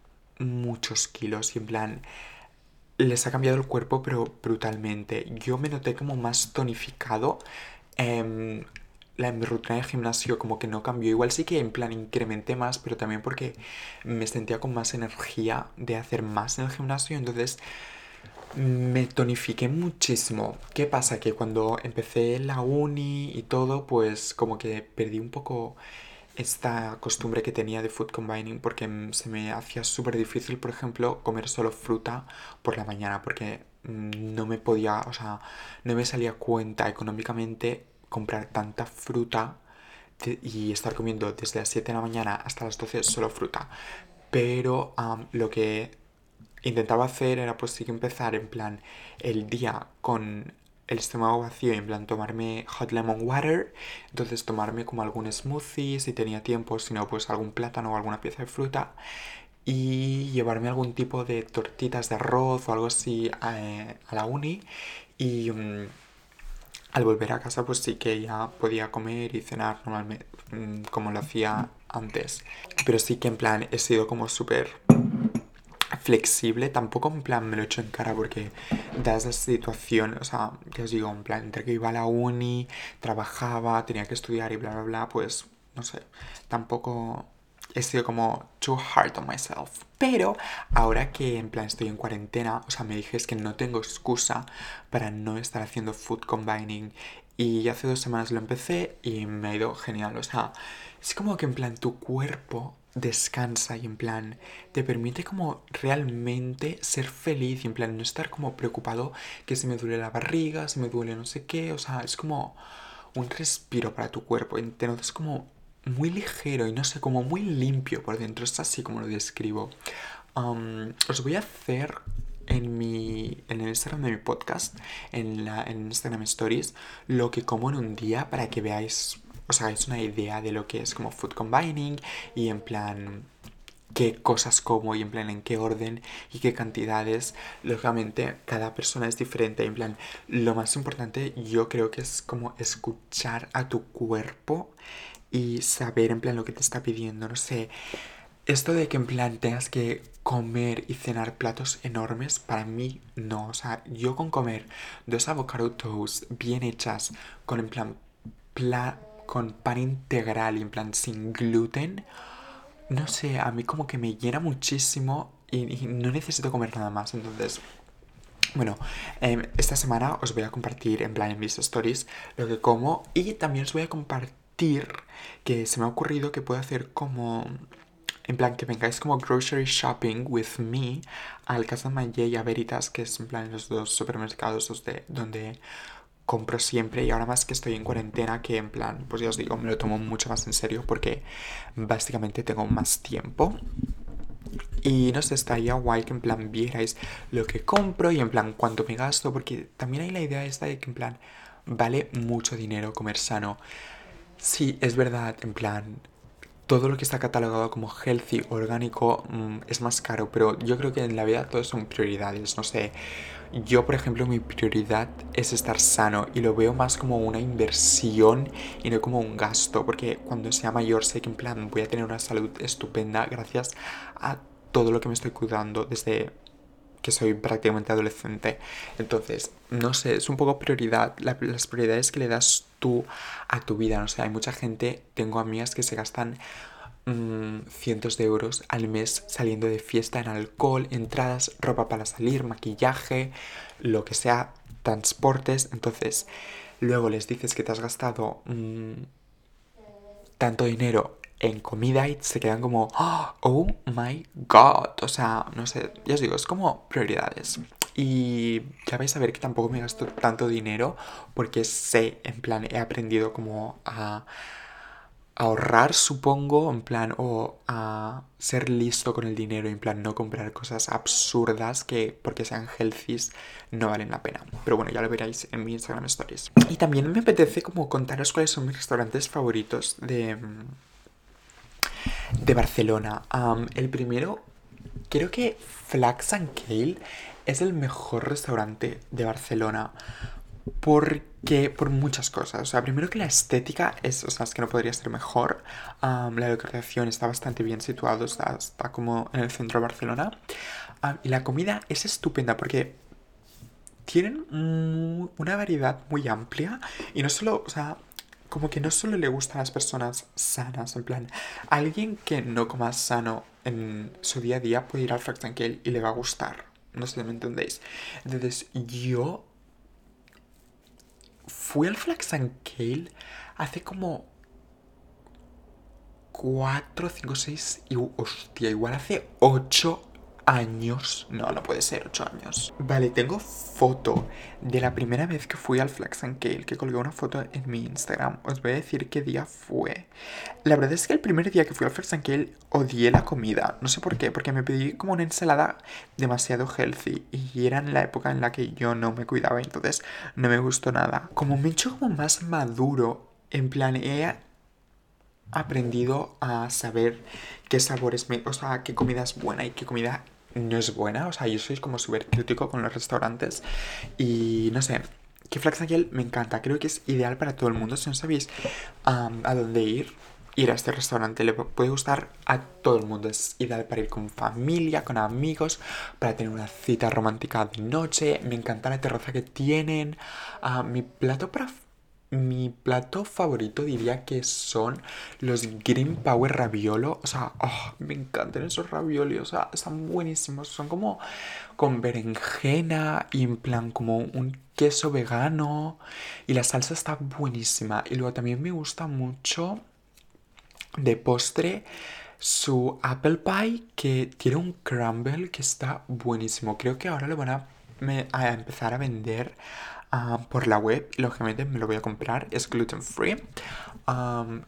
muchos kilos y en plan les ha cambiado el cuerpo pero brutalmente. Yo me noté como más tonificado. Eh, la, mi rutina de gimnasio como que no cambió. Igual sí que en plan incrementé más, pero también porque me sentía con más energía de hacer más en el gimnasio. Entonces me tonifiqué muchísimo. ¿Qué pasa? Que cuando empecé la uni y todo, pues como que perdí un poco esta costumbre que tenía de food combining porque mm, se me hacía súper difícil, por ejemplo, comer solo fruta por la mañana porque mm, no me podía, o sea, no me salía cuenta económicamente comprar tanta fruta de- y estar comiendo desde las siete de la mañana hasta las doce solo fruta. Pero am, lo que intentaba hacer era pues sí que empezar en plan el día con el estómago vacío y en plan tomarme hot lemon water, entonces tomarme como algún smoothie si tenía tiempo, si no pues algún plátano o alguna pieza de fruta y llevarme algún tipo de tortitas de arroz o algo así a, a la uni y um, al volver a casa pues sí que ya podía comer y cenar normalmente um, como lo hacía antes. Pero sí que en plan he sido como súper flexible, tampoco en plan me lo echo en cara porque da esa situación, o sea, ya os digo, en plan, entre que iba a la uni, trabajaba, tenía que estudiar y bla, bla, bla, pues, no sé, tampoco he sido como too hard on myself. Pero ahora que en plan estoy en cuarentena, o sea, me dije es que no tengo excusa para no estar haciendo food combining y hace dos semanas lo empecé y me ha ido genial, o sea, es como que en plan tu cuerpo descansa y en plan te permite como realmente ser feliz y en plan no estar como preocupado que si me duele la barriga, si me duele no sé qué, o sea, es como un respiro para tu cuerpo y te notas como muy ligero y no sé, como muy limpio por dentro, es así como lo describo. Um, os voy a hacer en mi en el Instagram de mi podcast, en la en Instagram Stories, lo que como en un día para que veáis, os hagáis una idea de lo que es como food combining y en plan qué cosas como y en plan en qué orden y qué cantidades. Lógicamente cada persona es diferente, en plan lo más importante yo creo que es como escuchar a tu cuerpo y saber en plan lo que te está pidiendo, no sé. Esto de que en plan tengas que comer y cenar platos enormes, para mí no. O sea, yo con comer dos avocado toast bien hechas, con en plan pla con pan integral y en plan sin gluten, no sé, a mí como que me llena muchísimo y, y no necesito comer nada más. Entonces, bueno, eh, esta semana os voy a compartir en plan en mis stories lo que como y también os voy a compartir que se me ha ocurrido que puedo hacer como en plan, que vengáis como grocery shopping with me al Casa Malle y a Veritas, que es en plan los dos supermercados donde, donde compro siempre. Y ahora más que estoy en cuarentena, que en plan, pues ya os digo, me lo tomo mucho más en serio porque básicamente tengo más tiempo. Y no sé, estaría guay que en plan vierais lo que compro y en plan cuánto me gasto, porque también hay la idea esta de que en plan vale mucho dinero comer sano. Sí, es verdad, en plan, todo lo que está catalogado como healthy, orgánico, mmm, es más caro, pero yo creo que en la vida todo son prioridades, no sé. Yo, por ejemplo, mi prioridad es estar sano y lo veo más como una inversión y no como un gasto, porque cuando sea mayor sé que en plan voy a tener una salud estupenda gracias a todo lo que me estoy cuidando desde que soy prácticamente adolescente. Entonces, no sé, es un poco prioridad, la, las prioridades que le das tú a tu vida. No sé, hay mucha gente, tengo amigas que se gastan mmm, cientos de euros al mes saliendo de fiesta en alcohol, entradas, ropa para salir, maquillaje, lo que sea, transportes. Entonces, luego les dices que te has gastado mmm, tanto dinero en comida y se quedan como, oh my god, o sea, no sé, ya os digo, es como prioridades. Y ya vais a ver que tampoco me gasto tanto dinero porque sé, en plan, he aprendido como a ahorrar, supongo, en plan, o a ser listo con el dinero, en plan, no comprar cosas absurdas que, porque sean healthies, no valen la pena. Pero bueno, ya lo veréis en mi Instagram Stories. Y también me apetece como contaros cuáles son mis restaurantes favoritos de, de Barcelona. Um, el primero, creo que Flax and Kale es el mejor restaurante de Barcelona. Porque, por muchas cosas. O sea, primero que la estética es, o sea, es que no podría ser mejor. Um, la decoración está bastante bien situado, está, está como en el centro de Barcelona. Um, y la comida es estupenda porque tienen muy, una variedad muy amplia. Y no solo, o sea, como que no solo le gustan a las personas sanas, en plan, alguien que no coma sano en su día a día puede ir al Frax and Kale y le va a gustar. No sé si me entendéis. Entonces, yo fui al Flax and Kale hace como cuatro, cinco, seis y hostia, igual hace ocho años. No, no puede ser ocho años. Vale, tengo foto de la primera vez que fui al Flax and Kale, que colgué una foto en mi Instagram. Os voy a decir qué día fue. La verdad es que el primer día que fui al Flax and Kale odié la comida. No sé por qué, porque me pedí como una ensalada demasiado healthy y era en la época en la que yo no me cuidaba, entonces no me gustó nada. Como me he hecho como más maduro, en plan, he aprendido a saber qué sabores, me, o sea, qué comida es buena y qué comida no es buena. O sea, yo soy como súper crítico con los restaurantes y no sé. Que Flax Angel me encanta, creo que es ideal para todo el mundo. Si no sabéis um, a dónde ir, ir a este restaurante le puede gustar a todo el mundo. Es ideal para ir con familia, con amigos, para tener una cita romántica de noche. Me encanta la terraza que tienen. Uh, mi plato para mi plato favorito diría que son los Green Power Raviolo. O sea, oh, me encantan esos ravioli. O sea, están buenísimos. Son como con berenjena y en plan como un queso vegano. Y la salsa está buenísima. Y luego también me gusta mucho de postre su apple pie que tiene un crumble que está buenísimo. Creo que ahora lo van a, me- a empezar a vender ah, por la web. Lógicamente me lo voy a comprar. Es gluten free. Um,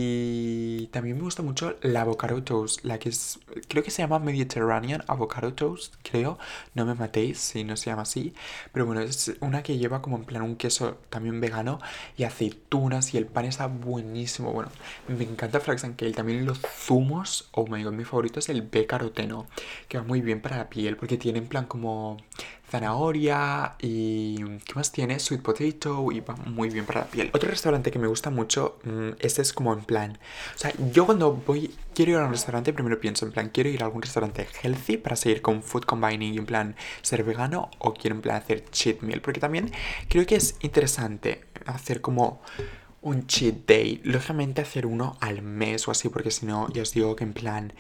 y también me gusta mucho la avocado toast, la que es, creo que se llama Mediterranean Avocado Toast, creo, no me matéis si no se llama así, pero bueno, es una que lleva como en plan un queso también vegano y aceitunas y el pan está buenísimo. Bueno, me encanta Frax and Kale, también los zumos, oh my god, mi favorito es el B-caroteno, que va muy bien para la piel porque tiene en plan como zanahoria y ¿qué más tiene? Sweet potato y va muy bien para la piel. Otro restaurante que me gusta mucho, mmm, este es como en plan, o sea, yo cuando voy, quiero ir a un restaurante, primero pienso en plan, quiero ir a algún restaurante healthy para seguir con food combining y en plan ser vegano o quiero en plan hacer cheat meal, porque también creo que es interesante hacer como un cheat day, lógicamente hacer uno al mes o así, porque si no, ya os digo que en plan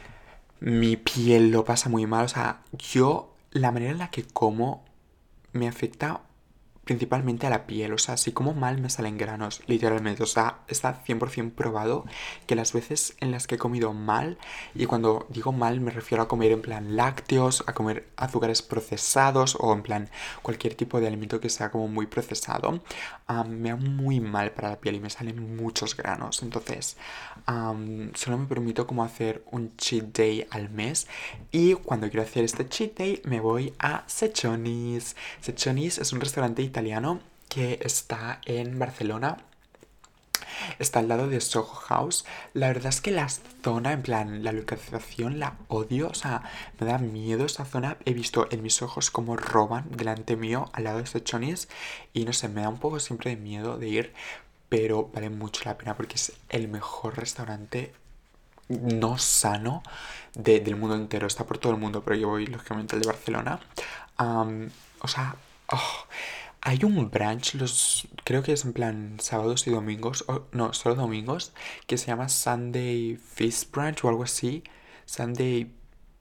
mi piel lo pasa muy mal. O sea, yo la manera en la que como me afecta principalmente a la piel. O sea, si como mal me salen granos, literalmente. O sea, está cien por ciento probado que las veces en las que he comido mal, y cuando digo mal me refiero a comer en plan lácteos, a comer azúcares procesados o en plan cualquier tipo de alimento que sea como muy procesado, um, me da muy mal para la piel y me salen muchos granos. Entonces, um, solo me permito como hacer un cheat day al mes y cuando quiero hacer este cheat day me voy a Sechonis. Sechonis es un restaurante italiano que está en Barcelona. Está al lado de Soho House. La verdad es que la zona, en plan, la localización la odio. O sea, me da miedo esa zona. He visto en mis ojos cómo roban delante mío al lado de Sechonis. Y no sé, me da un poco siempre de miedo de ir. Pero vale mucho la pena porque es el mejor restaurante no sano de, del mundo entero. Está por todo el mundo, pero yo voy lógicamente al de Barcelona. Um, o sea, oh, hay un brunch, los, creo que es en plan sábados y domingos, o, no, solo domingos, que se llama Sunday Feast Brunch o algo así. Sunday,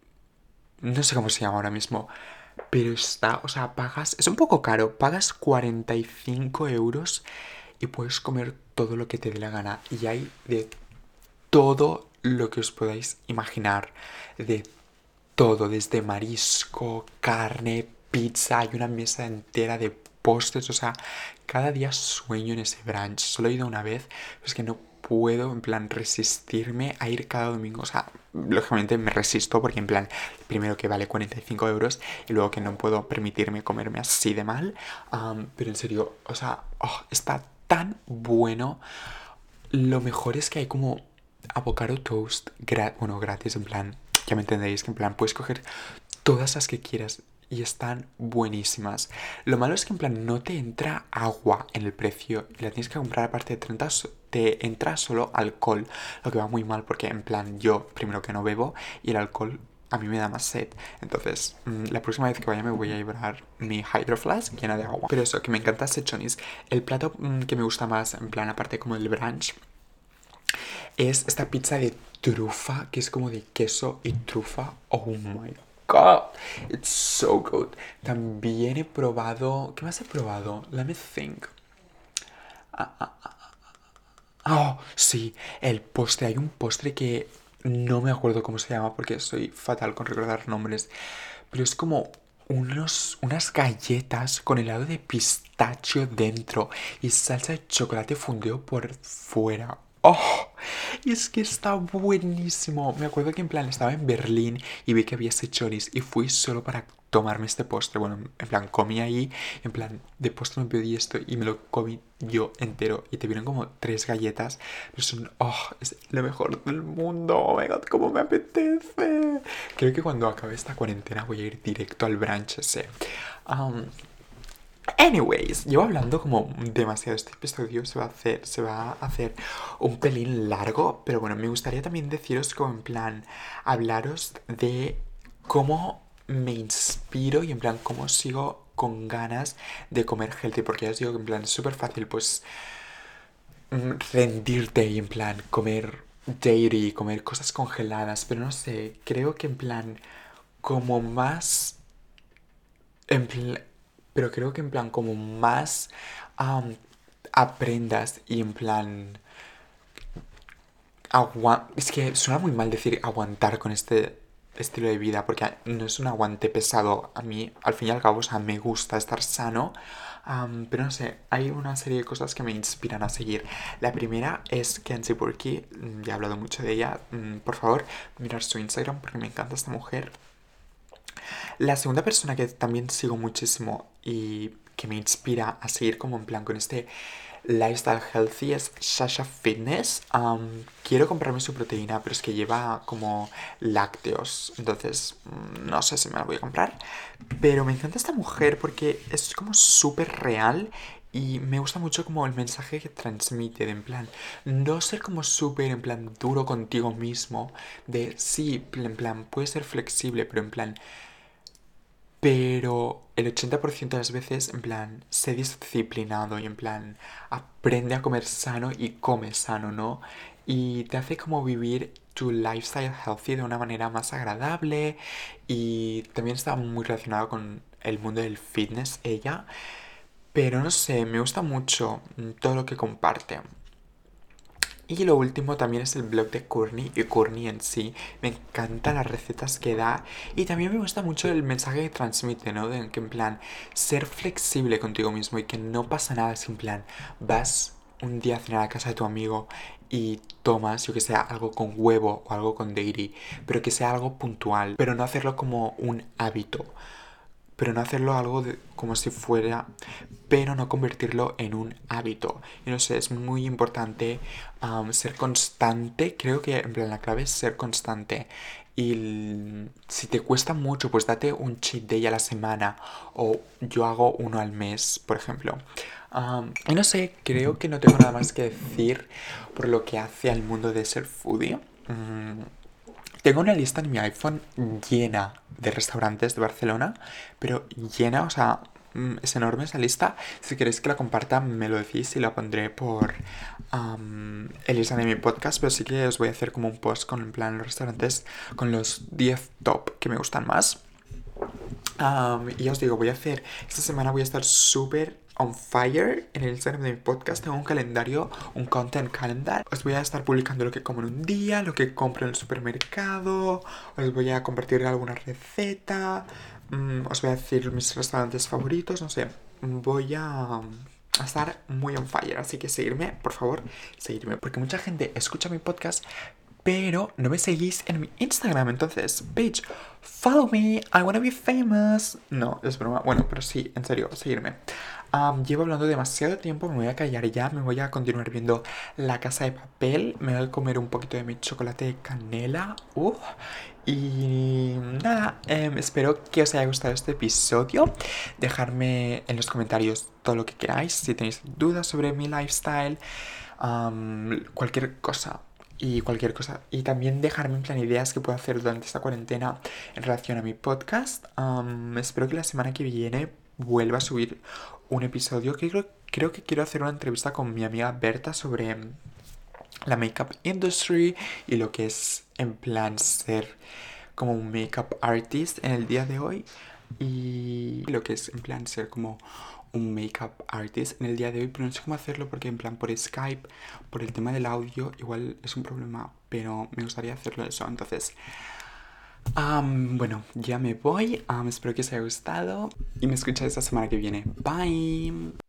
no sé cómo se llama ahora mismo, pero está, o sea, pagas, es un poco caro, pagas cuarenta y cinco euros y puedes comer todo lo que te dé la gana. Y hay de todo lo que os podáis imaginar, de todo, desde marisco, carne, pizza, hay una mesa entera de postres. O sea, cada día sueño en ese brunch. Solo he ido una vez, pero es que no puedo, en plan, resistirme a ir cada domingo. O sea, lógicamente me resisto porque, en plan, primero que vale cuarenta y cinco euros y luego que no puedo permitirme comerme así de mal. Um, pero en serio, o sea, oh, está tan bueno. Lo mejor es que hay como avocado toast, gra bueno, gratis, en plan, ya me entendéis, que en plan puedes coger todas las que quieras y están buenísimas. Lo malo es que en plan no te entra agua en el precio y la tienes que comprar aparte de treinta, te entra solo alcohol, lo que va muy mal porque en plan yo primero que no bebo y el alcohol a mí me da más sed. Entonces, mmm, la próxima vez que vaya me voy a llevar mi Hydro Flask llena de agua. Pero eso, que me encanta Sechonis. El plato mmm, que me gusta más, en plan, aparte como el brunch, es esta pizza de trufa, que es como de queso y trufa. Oh my god, it's so good. También he probado... ¿Qué más he probado? Let me think. Ah, ah, ah. Oh, sí, el postre. Hay un postre que no me acuerdo cómo se llama porque soy fatal con recordar nombres. Pero es como unos, unas galletas con helado de pistacho dentro y salsa de chocolate fundido por fuera. ¡Oh! Y es que está buenísimo. Me acuerdo que en plan estaba en Berlín y vi que había ese choris y fui solo para tomarme este postre. Bueno, en plan comí ahí, en plan de postre me pedí esto y me lo comí yo entero. Y te vieron como tres galletas, pero son, oh, es lo mejor del mundo. Oh my god, cómo me apetece. Creo que cuando acabe esta cuarentena voy a ir directo al brunch ese. Um, Anyways, llevo hablando como demasiado. Este episodio se va a hacer, se va a hacer un pelín largo, pero bueno, me gustaría también deciros como en plan, hablaros de cómo me inspiro y en plan cómo sigo con ganas de comer healthy, porque ya os digo que en plan es súper fácil pues mm, rendirte y en plan comer dairy, comer cosas congeladas, pero no sé, creo que en plan como más en pl- pero creo que en plan, como más am, aprendas y en plan. Agua- es que suena muy mal decir aguantar con este estilo de vida, porque no es un aguante pesado. A mí, al fin y al cabo, o sea, me gusta estar sano. am, pero no sé, hay una serie de cosas que me inspiran a seguir. La primera es Kenzie Burkey, mm, ya he hablado mucho de ella. mm, Por favor, mirar su Instagram porque me encanta esta mujer. La segunda persona que también sigo muchísimo y que me inspira a seguir como en plan con este lifestyle healthy es Sasha Fitness. Um, quiero comprarme su proteína, pero es que lleva como lácteos, entonces mm, no sé si me la voy a comprar. Pero me encanta esta mujer porque es como súper real. Y me gusta mucho como el mensaje que transmite, de en plan, no ser como súper en plan duro contigo mismo, de sí, en plan, puedes ser flexible, pero en plan, pero el ochenta por ciento de las veces, en plan, sé disciplinado y en plan, aprende a comer sano y come sano, ¿no? Y te hace como vivir tu lifestyle healthy de una manera más agradable y también está muy relacionado con el mundo del fitness ella. Pero no sé, me gusta mucho mm, todo lo que comparte. Y lo último también es el blog de Courtney y Courtney en sí. Me encantan las recetas que da y también me gusta mucho el mensaje que transmite, ¿no? De que en plan, ser flexible contigo mismo y que no pasa nada si en plan vas un día a cenar a casa de tu amigo y tomas, yo que sea, algo con huevo o algo con dairy, pero que sea algo puntual, pero no hacerlo como un hábito, pero no hacerlo algo de- como si fuera, pero no convertirlo en un hábito. Y no sé, es muy importante um, ser constante. Creo que en plan la clave es ser constante. Y l- si te cuesta mucho, pues date un cheat day a la semana. O yo hago uno al mes, por ejemplo. Um, y no sé, creo que no tengo nada más que decir por lo que hace al mundo de ser foodie. Mm, tengo una lista en mi iPhone llena de restaurantes de Barcelona, pero llena, o sea, mm, es enorme esa lista. Si queréis que la comparta, me lo decís y la pondré por am, el Instagram de mi podcast, pero sí que os voy a hacer como un post con en plan los restaurantes con los diez top que me gustan más. Um, y ya os digo, voy a hacer, esta semana voy a estar súper on fire en el Instagram de mi podcast. Tengo un calendario, un content calendar. Os voy a estar publicando lo que como en un día, lo que compro en el supermercado. Os voy a compartir alguna receta. mm, os voy a decir mis restaurantes favoritos, no sé. Voy a, a estar muy on fire. Así que seguirme, por favor, seguirme. Porque mucha gente escucha mi podcast, pero no me seguís en mi Instagram. Entonces, bitch, follow me, I wanna be famous. No, es broma. Bueno, pero sí, en serio, seguirme. Am, llevo hablando demasiado tiempo, me voy a callar ya, me voy a continuar viendo La Casa de Papel, me voy a comer un poquito de mi chocolate de canela. Uh, y nada, em, espero que os haya gustado este episodio. Dejadme en los comentarios todo lo que queráis, si tenéis dudas sobre mi lifestyle, am, cualquier cosa y cualquier cosa. Y también dejarme en plan ideas que puedo hacer durante esta cuarentena en relación a mi podcast. Um, espero que la semana que viene vuelva a subir un episodio que creo, creo que quiero hacer una entrevista con mi amiga Berta sobre la makeup industry y lo que es en plan ser como un makeup artist en el día de hoy y lo que es en plan ser como un makeup artist en el día de hoy, pero no sé cómo hacerlo porque en plan por Skype, por el tema del audio, igual es un problema, pero me gustaría hacerlo eso. Entonces, um, bueno, ya me voy. Um, espero que os haya gustado y me escucháis la semana que viene. Bye.